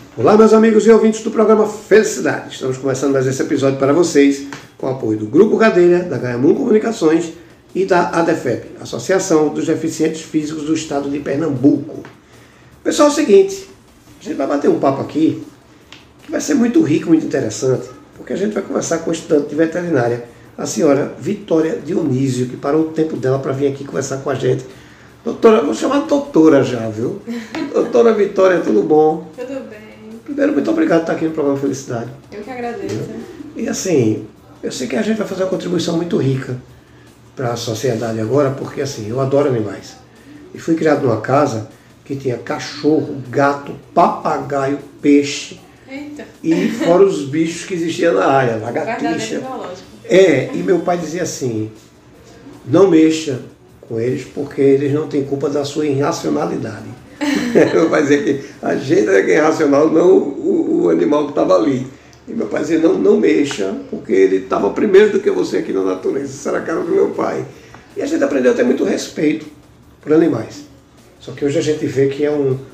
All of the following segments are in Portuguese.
Olá, meus amigos e ouvintes do programa Felicidade. Estamos começando mais esse episódio para vocês com o apoio do Grupo Gadelha, da Gaiamum Comunicações e da ADEFEP, Associação dos Deficientes Físicos do Estado de Pernambuco. Pessoal, é o seguinte, a gente vai bater um papo aqui que vai ser muito rico, muito interessante, porque a gente vai conversar com a estudante de veterinária, a senhora Vitória Dionísio, que parou o tempo dela para vir aqui conversar com a gente. Doutora, vou chamar de doutora já, viu? Doutora Vitória, tudo bom? Tudo bem. Primeiro, muito obrigado por estar aqui no programa Felicidade. Eu que agradeço. E assim, eu sei que a gente vai fazer uma contribuição muito rica para a sociedade agora, porque assim, eu adoro animais. E fui criado numa casa que tinha cachorro, gato, papagaio, peixe. Eita. E fora os bichos que existiam na área, lagartixa. E meu pai dizia assim, não mexa com eles porque eles não têm culpa da sua irracionalidade. Meu pai dizia que a gente é que é irracional, não o animal que estava ali. E meu pai dizia, não mexa, porque ele estava primeiro do que você aqui na natureza. Isso era a cara do meu pai. E a gente aprendeu a ter muito respeito por animais. Só que hoje a gente vê que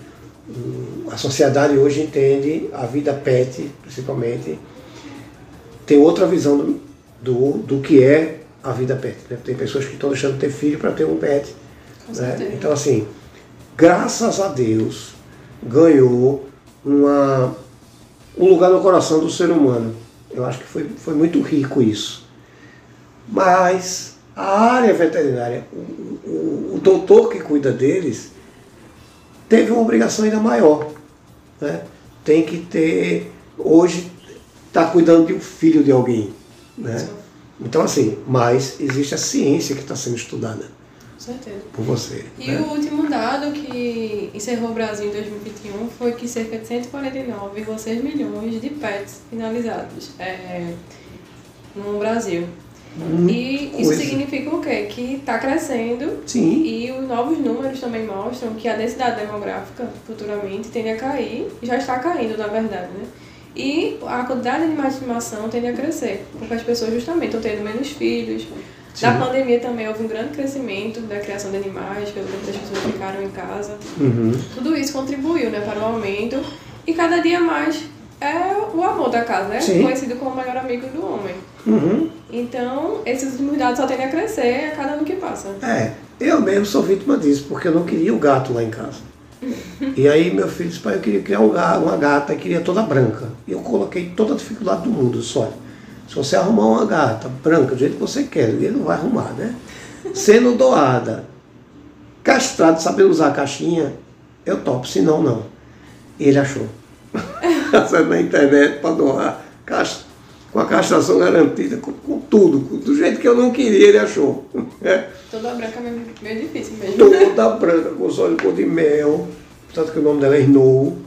a sociedade hoje entende a vida pet, principalmente, tem outra visão do que é a vida pet. Né? Tem pessoas que estão deixando de ter filho para ter um pet. Né? Então, assim, graças a Deus, ganhou um lugar no coração do ser humano. Eu acho que foi muito rico isso. Mas a área veterinária, o doutor que cuida deles, teve uma obrigação ainda maior. Né? Tem que ter, hoje, está cuidando de um filho de alguém. Né? Então, assim, mas existe a ciência que está sendo estudada. Com certeza. Por você. E o último dado que encerrou o Brasil em 2021 foi que cerca de 149,6 milhões de pets finalizados no Brasil. E isso significa o quê? Que está crescendo. Sim. E os novos números também mostram que a densidade demográfica futuramente tende a cair, já está caindo na verdade, né? E a quantidade de animais de estimação tende a crescer, porque as pessoas justamente estão tendo menos filhos. Sim. Na pandemia também houve um grande crescimento da criação de animais, pelo tempo que as pessoas ficaram em casa. Uhum. Tudo isso contribuiu, né, para o aumento. E cada dia mais é o amor da casa, né? Sim. Conhecido como o melhor amigo do homem. Uhum. Então, esses últimos dados só tendem a crescer a cada ano que passa. Eu mesmo sou vítima disso, porque eu não queria o gato lá em casa. E aí meu filho disse, pai, eu queria criar uma gata e queria toda branca. E eu coloquei toda a dificuldade do mundo, só. Se você arrumar uma gata branca do jeito que você quer, ele não vai arrumar, né? Sendo doada, castrado, sabendo usar a caixinha, eu topo, senão não. E ele achou. Na internet para doar, com a castração garantida, com tudo, do jeito que eu não queria, ele achou. Toda branca é meio difícil mesmo. Toda branca, com os olhos cor de mel, tanto que o nome dela é Snow,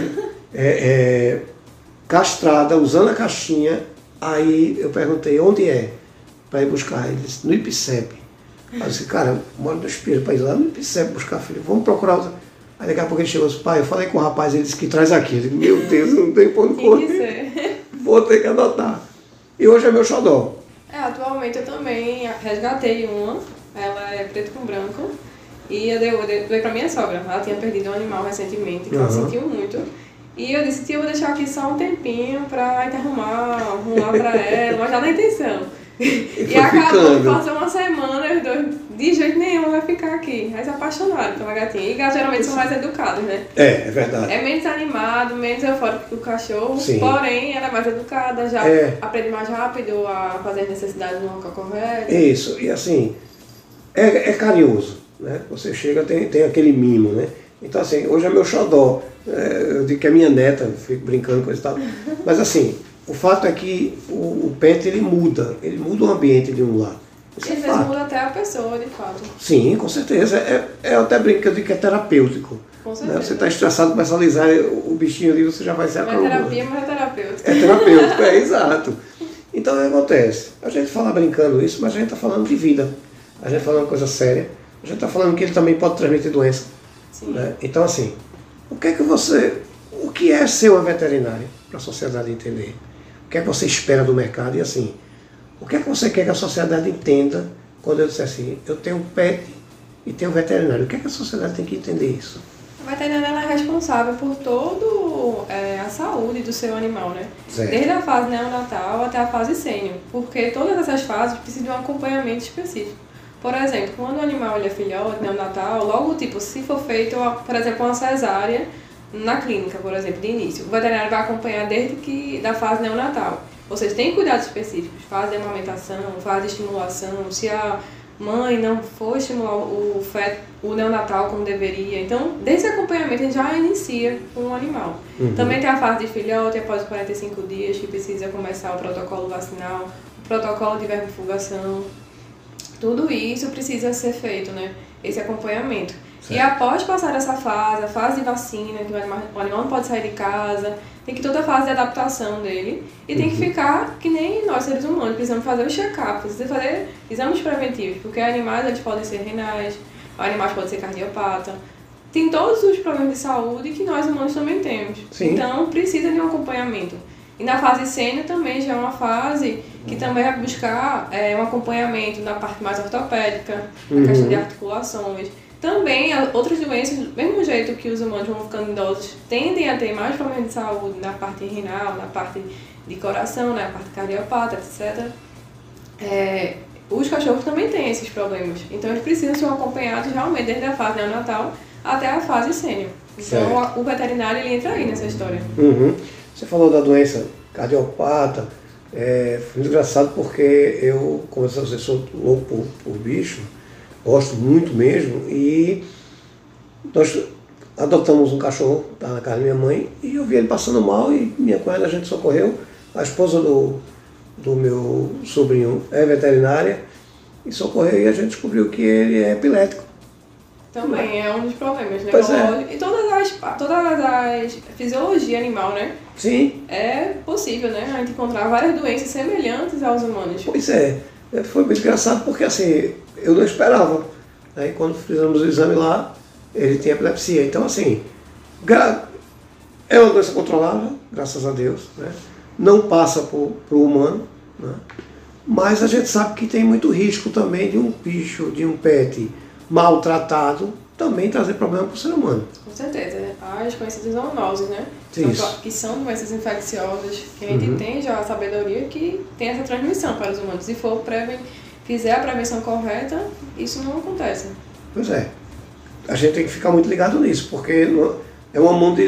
né? Castrada, usando a caixinha. Aí eu perguntei, onde é? Para ir buscar. Ele disse, no IPCEP. Aí eu disse, cara, eu moro no Espírito, para ir lá no IPCEP buscar filho. Vamos procurar outra. Aí daqui a pouco ele chegou e disse, pai, eu falei com o rapaz, ele disse que traz aqui. Eu disse, meu Deus, eu não tenho por onde correr. Vou ter que anotar. E hoje é meu xodó. Atualmente eu também resgatei uma. Ela é preto com branco. E eu dei pra minha sogra. Ela tinha perdido um animal recentemente, que ela sentiu muito. E eu disse, tia, eu vou deixar aqui só um tempinho pra arrumar pra ela, mas já na intenção. E acabou, passou uma semana, os dois, de jeito nenhum, vai ficar aqui. Aí se apaixonaram pela gatinha. E gatos geralmente são mais educados, né? É verdade. É menos animado, menos eufórico que o cachorro. Sim. Porém, ela é mais educada, já aprende mais rápido a fazer as necessidades no local correto. Isso, e assim, é carinhoso, né? Você chega, tem aquele mimo, né? Então assim, hoje é meu xodó. Eu digo que é minha neta, fico brincando com isso e tal. Mas assim, o fato é que o pet ele muda o ambiente de um lar. Isso e às vezes muda até a pessoa, de fato. Sim, com certeza. Eu até brinco que eu digo que é terapêutico. Com certeza. Né? Você está estressado, começa a alisar o bichinho ali, você já vai se acalmando. Não é terapia, mas é terapêutico. É terapêutico, exato. Então o que acontece? A gente fala brincando isso, mas a gente está falando de vida. A gente está falando coisa séria. A gente está falando que ele também pode transmitir doença. Sim. Né? Então assim, o que é ser uma veterinária para a sociedade entender? O que é que você espera do mercado? E assim, o que é que você quer que a sociedade entenda quando eu disser assim, eu tenho um pet e tenho um veterinário? O que é que a sociedade tem que entender isso? A veterinária ela é responsável por toda a saúde do seu animal, né? Certo. Desde a fase neonatal até a fase sênior, porque todas essas fases precisam de um acompanhamento específico. Por exemplo, quando o animal ele é filhote, neonatal, logo, tipo, se for feito, por exemplo, uma cesárea na clínica, por exemplo, de início, o veterinário vai acompanhar desde da fase neonatal. Ou seja, tem cuidados específicos, fase de amamentação, fase de estimulação, se a mãe não for estimular o neonatal como deveria. Então, desse acompanhamento a gente já inicia com o animal. Também tem a fase de filhote, após os 45 dias, que precisa começar o protocolo vacinal, o protocolo de vermifugação. Tudo isso precisa ser feito, né? Esse acompanhamento. Certo. E após passar essa fase, a fase de vacina, que o animal não pode sair de casa, tem que toda a fase de adaptação dele. E tem que ficar que nem nós, seres humanos, precisamos fazer o check-up, precisamos fazer exames preventivos, porque animais eles podem ser renais, animais podem ser cardiopata. Tem todos os problemas de saúde que nós humanos também temos. Sim. Então, precisa de um acompanhamento. E na fase sênior também já é uma fase que também vai buscar um acompanhamento na parte mais ortopédica, na questão de articulações. Também outras doenças, do mesmo jeito que os humanos vão ficando idosos, tendem a ter mais problemas de saúde na parte renal, na parte de coração, na parte cardiopata, etc. Os cachorros também têm esses problemas. Então eles precisam ser acompanhados realmente desde a fase neonatal até a fase sênior. Então o veterinário ele entra aí nessa história. Você falou da doença cardiopata, foi muito engraçado porque eu, como eu sou louco por bicho, gosto muito mesmo, e nós adotamos um cachorro, estava na casa da minha mãe, e eu vi ele passando mal e minha cunhada a gente socorreu. A esposa do meu sobrinho é veterinária e socorreu, e a gente descobriu que ele é epilético. Também é um dos problemas, né? Pois E todas as fisiologia animal, né? Sim. É possível, né? A gente encontrar várias doenças semelhantes aos humanos. Pois é. Foi muito engraçado porque assim, eu não esperava. Aí quando fizemos o exame lá, ele tinha epilepsia. Então assim, é uma doença controlável, graças a Deus, né? Não passa para o humano, né? Mas a gente sabe que tem muito risco também de um bicho, de um pet maltratado, também trazer problema para o ser humano. Com certeza, né? As conhecidas zoonoses, né? Que são doenças infecciosas, que a gente tem já a sabedoria que tem essa transmissão para os humanos. Se fizer a prevenção correta, isso não acontece. Pois é. A gente tem que ficar muito ligado nisso, porque é uma mão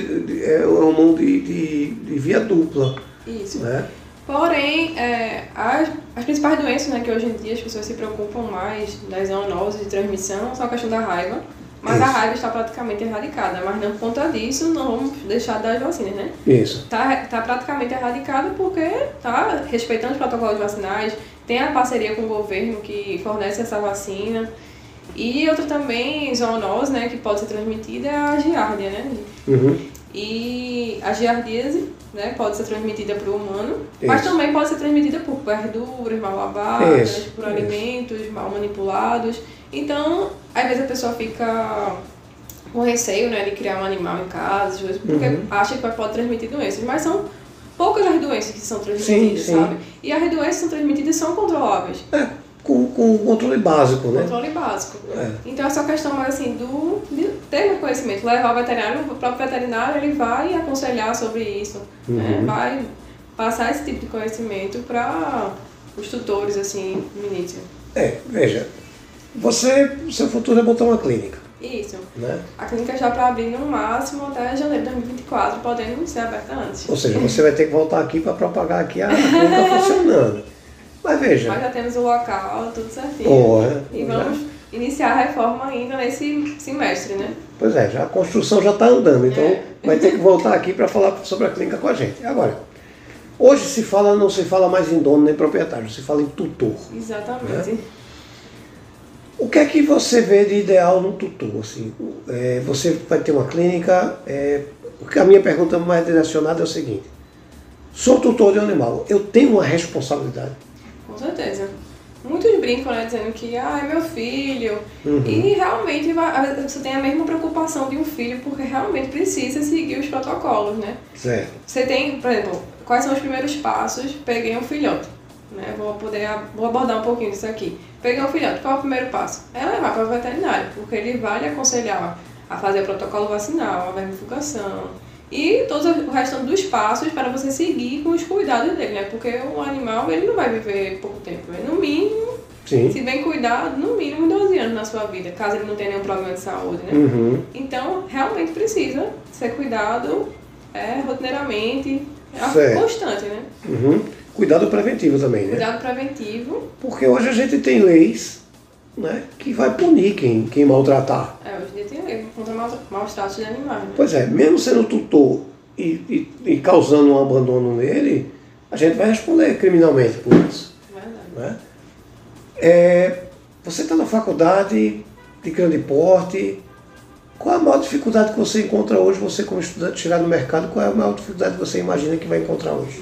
de via dupla. Isso. Né? Porém, as principais doenças, né, que hoje em dia as pessoas se preocupam mais das zoonoses de transmissão são a questão da raiva. Mas isso. A raiva está praticamente erradicada, mas não por conta disso não vamos deixar de dar as vacinas, né? Isso. Está praticamente erradicada porque está respeitando os protocolos vacinais, tem a parceria com o governo que fornece essa vacina. E outra também zoonose, né, que pode ser transmitida é a giardia, né? E a giardíase, né, pode ser transmitida para o humano, mas também pode ser transmitida por verduras mal lavadas, por alimentos mal manipulados. Então, às vezes a pessoa fica com receio, né, de criar um animal em casa, porque acha que pode transmitir doenças, mas são poucas as doenças que são transmitidas, sabe? E as doenças que são transmitidas são controláveis. Com controle básico, né? Controle básico. Então é só questão mais assim de ter mais conhecimento, levar o veterinário, o próprio veterinário ele vai aconselhar sobre isso, né? Vai passar esse tipo de conhecimento para os tutores assim no início. Veja, seu futuro é montar uma clínica. Isso. Né? A clínica já para abrir no máximo até janeiro de 2024, podendo ser aberta antes. Ou seja, você vai ter que voltar aqui para propagar aqui a clínica funcionando. Mas veja. Mas já temos o local, tudo certinho. E vamos iniciar a reforma ainda nesse semestre, né? Pois é, a construção já está andando, então vai ter que voltar aqui para falar sobre a clínica com a gente. Agora, hoje não se fala mais em dono nem proprietário, se fala em tutor. Exatamente. Né? O que é que você vê de ideal no tutor? Assim, você vai ter uma clínica, a minha pergunta mais direcionada é o seguinte: sou tutor de um animal, eu tenho uma responsabilidade? Com certeza. Muitos brincam, né, dizendo que é meu filho. E realmente você tem a mesma preocupação de um filho, porque realmente precisa seguir os protocolos, né? Certo. Você tem, por exemplo, quais são os primeiros passos? Peguei um filhote. Né? Vou abordar um pouquinho disso aqui. Peguei um filhote, qual é o primeiro passo? É levar para o veterinário, porque ele vai lhe aconselhar a fazer o protocolo vacinal, a vermifugação. E todo o restante dos passos para você seguir com os cuidados dele, né? Porque o animal, ele não vai viver pouco tempo. No mínimo, Sim. Se bem cuidado, no mínimo 12 anos na sua vida, caso ele não tenha nenhum problema de saúde, né? Então, realmente precisa ser cuidado rotineiramente, constante, né? Cuidado preventivo também, né? Cuidado preventivo. Porque hoje a gente tem leis, né, que vai punir quem maltratar. Hoje em dia tem lei contra maus tratos de animais, né? Pois é, mesmo sendo tutor e causando um abandono nele, a gente vai responder criminalmente por isso. Verdade. Né? Você está na faculdade de grande porte, qual a maior dificuldade que você encontra hoje, você como estudante chegar no mercado, qual é a maior dificuldade que você imagina que vai encontrar hoje?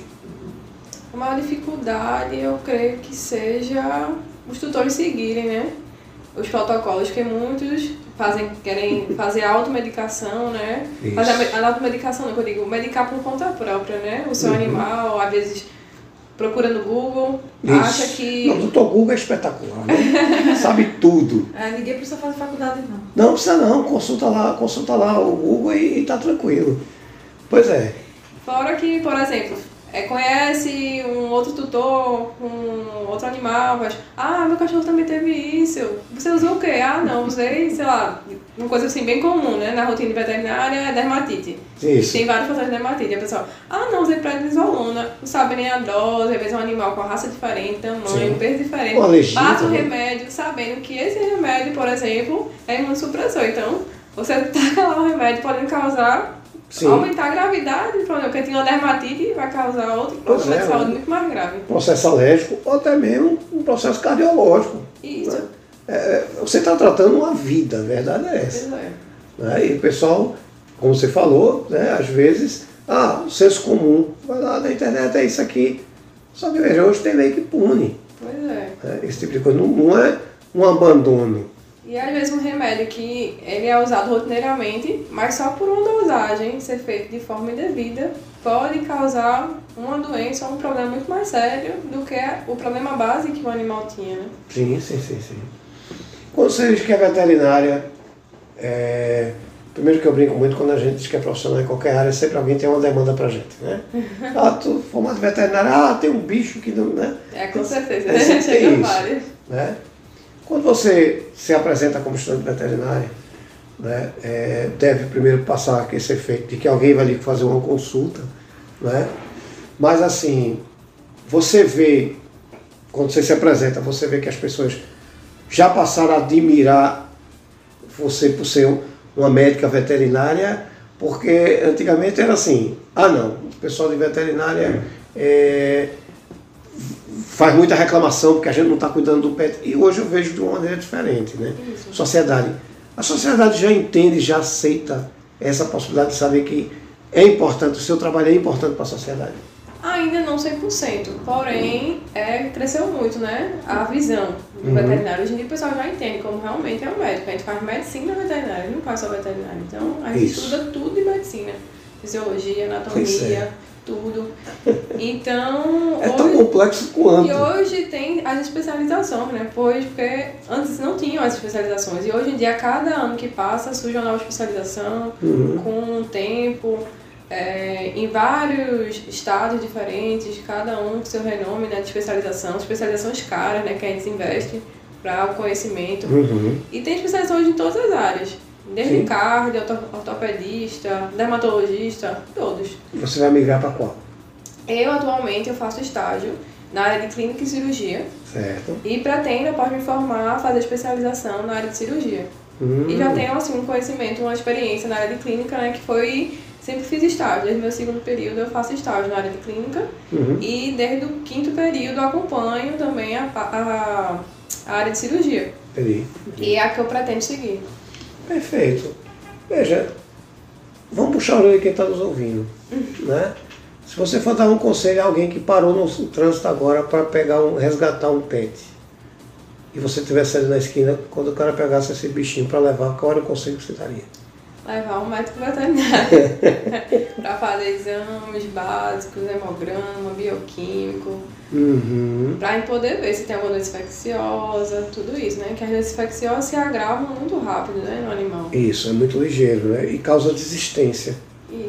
A maior dificuldade, eu creio que seja os tutores seguirem, né? Os protocolos que muitos querem fazer a automedicação, né? Isso. Fazer a automedicação, eu digo, medicar por conta própria, né? O seu animal, às vezes, procura no Google, acha que... Não, o doutor Google é espetacular, né? Sabe tudo. Ninguém precisa fazer faculdade, não. Não precisa não, consulta lá o Google e tá tranquilo. Pois é. Fora que, por exemplo, conhece um outro tutor, um outro animal, mas, meu cachorro também teve isso. Você usou o quê? Não, usei, sei lá, uma coisa assim bem comum, né? Na rotina veterinária é dermatite. Isso. Tem vários fatores de dermatite. E a pessoa, não, usei prednisolona, não sabe nem a dose, às vezes é um animal com raça diferente, tamanho, peso diferente. Passa o remédio sabendo que esse remédio, por exemplo, é imunossupressor. Então, você taca lá o remédio podendo causar... aumentar a gravidade, porque tem uma dermatite vai causar outro problema de saúde muito mais grave. Processo alérgico ou até mesmo um processo cardiológico. Isso. Né? Você está tratando uma vida, a verdade é essa. Né? E o pessoal, como você falou, né, às vezes, o senso comum, vai lá na internet, é isso aqui. Só que veja, hoje tem lei que pune. Pois é. Esse tipo de coisa não é um abandono. E às vezes um remédio que ele é usado rotineiramente, mas só por uma dosagem ser feito de forma indevida, pode causar uma doença ou um problema muito mais sério do que o problema base que o animal tinha, né? Sim. Quando você diz que é veterinária, primeiro que eu brinco muito quando a gente diz que é profissional em qualquer área, sempre alguém tem uma demanda pra gente, né? Tu formado em veterinária, tem um bicho que não, né? Com certeza, né? Chega vários. Né? Quando você se apresenta como estudante veterinário, né, deve primeiro passar esse efeito de que alguém vai lhe fazer uma consulta, né? Mas assim, você vê, quando você se apresenta, você vê que as pessoas já passaram a admirar você por ser uma médica veterinária, porque antigamente era assim, não, o pessoal de veterinária faz muita reclamação porque a gente não está cuidando do pet. E hoje eu vejo de uma maneira diferente, né? Isso. Sociedade. A sociedade já entende, já aceita essa possibilidade de saber que é importante, o seu trabalho é importante para a sociedade. Ainda não 100%, porém cresceu muito, né? A visão do veterinário. Hoje em dia o pessoal já entende como realmente é um médico. A gente faz medicina veterinária, não faz só veterinária. Então a gente estuda tudo de medicina. Fisiologia, anatomia, tudo. Então... tão complexo quanto. E hoje tem as especializações, né? Porque antes não tinham as especializações. E hoje em dia, cada ano que passa, surge uma nova especialização, com o tempo... em vários estados diferentes, cada um com seu renome, né, de especializações caras, né, que a gente investe para o conhecimento. E tem especializações em todas as áreas, desde cardio, ortopedista, dermatologista, todos. Você vai migrar para qual? Atualmente, eu faço estágio na área de clínica e cirurgia. Certo. E pretendo, após me formar, fazer especialização na área de cirurgia. E já tenho, assim, um conhecimento, uma experiência na área de clínica, né, que foi... Sempre fiz estágio, desde o meu segundo período eu faço estágio na área de clínica e desde o quinto período eu acompanho também a área de cirurgia. E é a que eu pretendo seguir. Perfeito. Veja, vamos puxar a orelha quem está nos ouvindo. Né? Se você for dar um conselho a alguém que parou no trânsito agora para resgatar um pet, e você estivesse ali na esquina, quando o cara pegasse esse bichinho para levar, qual era o conselho que você daria? Levar um médico veterinário para fazer exames básicos, hemograma, bioquímico, para a gente poder ver se tem alguma doença infecciosa, tudo isso, né? Que as doenças infecciosas se agravam muito rápido, né, no animal. Isso, é muito ligeiro, né? E causa desistência. Isso.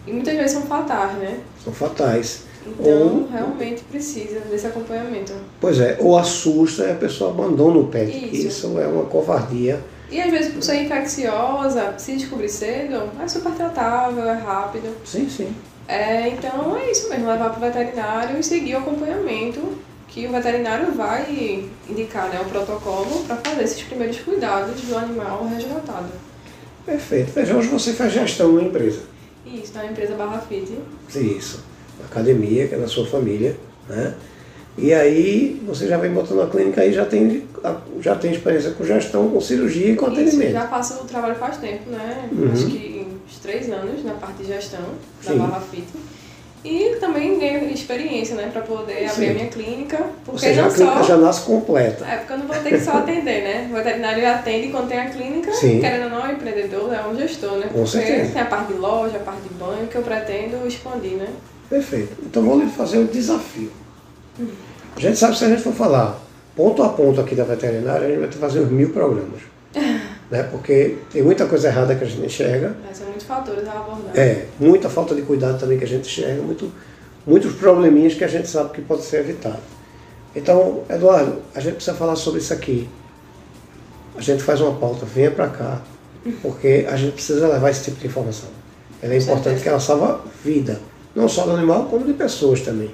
E muitas vezes são fatais, né? São fatais. Então, realmente precisa desse acompanhamento. Pois é, ou assusta e a pessoa abandona o pet. Isso é uma covardia. E às vezes, por ser infecciosa, se descobrir cedo, é super tratável, é rápido. Sim, sim. Então é isso mesmo, levar para o veterinário e seguir o acompanhamento que o veterinário vai indicar, né, o protocolo para fazer esses primeiros cuidados do animal resgatado. Perfeito. Veja, hoje você faz gestão na empresa. Isso, na empresa Barra Fit. Isso. Na academia, que é da sua família, né? E aí você já vem botando a clínica aí, já tem experiência com gestão, com cirurgia e com atendimento. Já faço o trabalho faz tempo, né? Acho que uns 3 anos na parte de gestão da Barra Fit. E também ganho experiência, né, para poder abrir a minha clínica. Porque a clínica já nasce completa. Porque eu não vou ter que só atender, né? O veterinário atende quando tem a clínica, querendo ou não, o empreendedor é um gestor, né? Com certeza. Tem a parte de loja, a parte de banho, que eu pretendo expandir, né? Perfeito. Então vou lhe fazer um desafio. A gente sabe que se a gente for falar ponto a ponto aqui da veterinária, a gente vai ter que fazer uns 1000 programas. Né? Porque tem muita coisa errada que a gente enxerga. São muitos fatores a abordar. Muita falta de cuidado também que a gente enxerga, muitos probleminhas que a gente sabe que pode ser evitado. Então, Eduardo, a gente precisa falar sobre isso aqui. A gente faz uma pauta, venha para cá, porque a gente precisa levar esse tipo de informação. Ela é importante porque ela salva vida, não só do animal, como de pessoas também.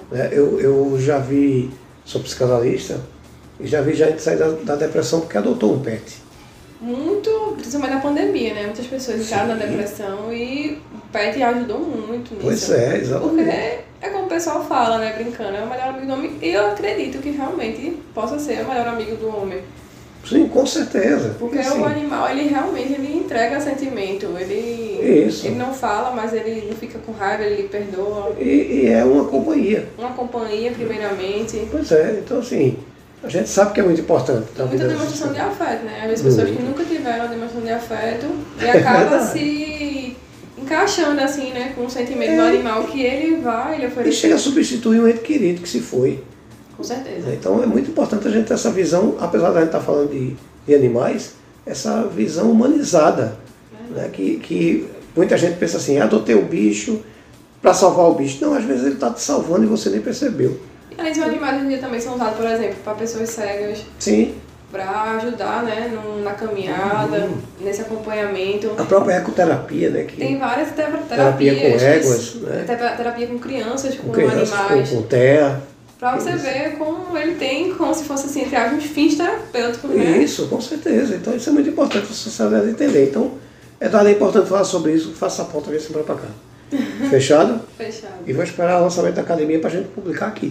Eu já vi, sou psicanalista, e já vi gente sair da depressão porque adotou um pet. Principalmente na pandemia, né? Muitas pessoas ficaram na depressão e o pet ajudou muito nisso. Pois é, exatamente. Porque é como o pessoal fala, né? Brincando, é o melhor amigo do homem. E eu acredito que realmente possa ser o melhor amigo do homem. Sim, com certeza. Porque o animal, ele realmente entrega sentimento. Ele não fala, mas ele não fica com raiva, ele lhe perdoa. E é uma companhia. Uma companhia, primeiramente. Pois é, então assim, a gente sabe que é muito importante. Muita demonstração de afeto, né? Às vezes pessoas que nunca tiveram a demonstração de afeto e acaba se encaixando assim, né? Com o sentimento do animal que ele oferecer. E chega a substituir um ente querido que se foi. Com certeza. Então é muito importante a gente ter essa visão, apesar da gente estar falando de animais, essa visão humanizada. Né? Que muita gente pensa assim, adotei o bicho para salvar o bicho. Não, às vezes ele está te salvando e você nem percebeu. E os animais hoje em dia também são usados, por exemplo, para pessoas cegas. Sim. Para ajudar, né, na caminhada, nesse acompanhamento. A própria ecoterapia, né? Que tem várias terapias. Terapia com éguas, né? Terapia com crianças, com animais. Com terra. Para você ver como ele tem, como se fosse assim, entre uns fins terapêuticos, né? Isso, com certeza. Então isso é muito importante a sociedade entender. Então, é importante falar sobre isso, faça a pauta e semana para cá. Fechado? Fechado. E vou esperar o lançamento da academia para a gente publicar aqui.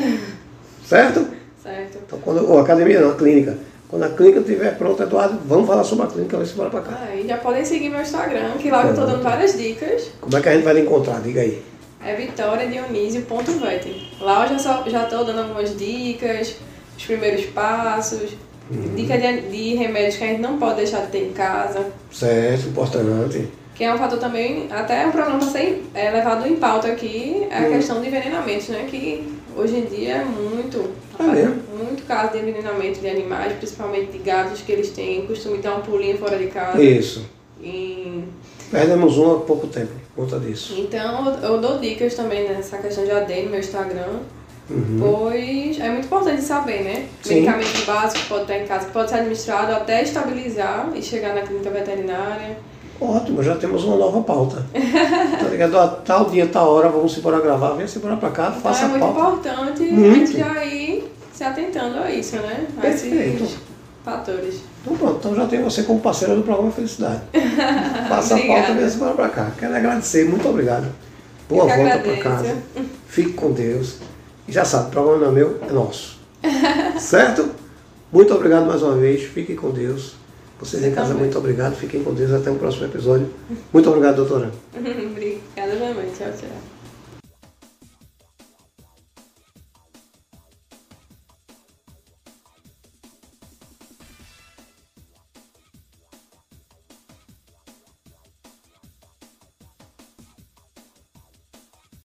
Certo? Certo. Então, a academia não, a clínica. Quando a clínica estiver pronta, Eduardo, vamos falar sobre a clínica, vamos embora para cá. E já podem seguir meu Instagram, que lá eu estou dando várias dicas. Como é que a gente vai lhe encontrar? Diga aí. É vitoriadionisio.vet. Lá eu já estou dando algumas dicas, os primeiros passos, dicas de remédios que a gente não pode deixar de ter em casa. Certo, importante. Que é um fator também, até um problema para ser levado em pauta aqui, é a questão de envenenamentos, né? Que hoje em dia é muito caso de envenenamento de animais, principalmente de gatos, que eles têm costume de dar um pulinho fora de casa. Isso. Perdemos há pouco tempo por conta disso. Então eu dou dicas também nessa questão de AD no meu Instagram, pois é muito importante saber, né? Sim. Medicamento básico que pode estar em casa, que pode ser administrado até estabilizar e chegar na clínica veterinária. Ótimo, já temos uma nova pauta. Tá ligado? A tal dia, tal hora, vamos embora gravar, venha se embora pra cá, Então faça a pauta. É muito importante a gente já ir se atentando a isso, né? A esses fatores. Então pronto, então já tenho você como parceira do programa Felicidade. Faça a pauta e venha se embora pra cá. Quero agradecer, muito obrigado. Boa volta pra casa. Fique com Deus. E já sabe, o programa não é meu, é nosso. Certo? Muito obrigado mais uma vez, fiquem com Deus. Vocês em casa, muito obrigado. Fiquem com Deus. Até o próximo episódio. Muito obrigado, doutora. Obrigada, mamãe. Tchau, tchau.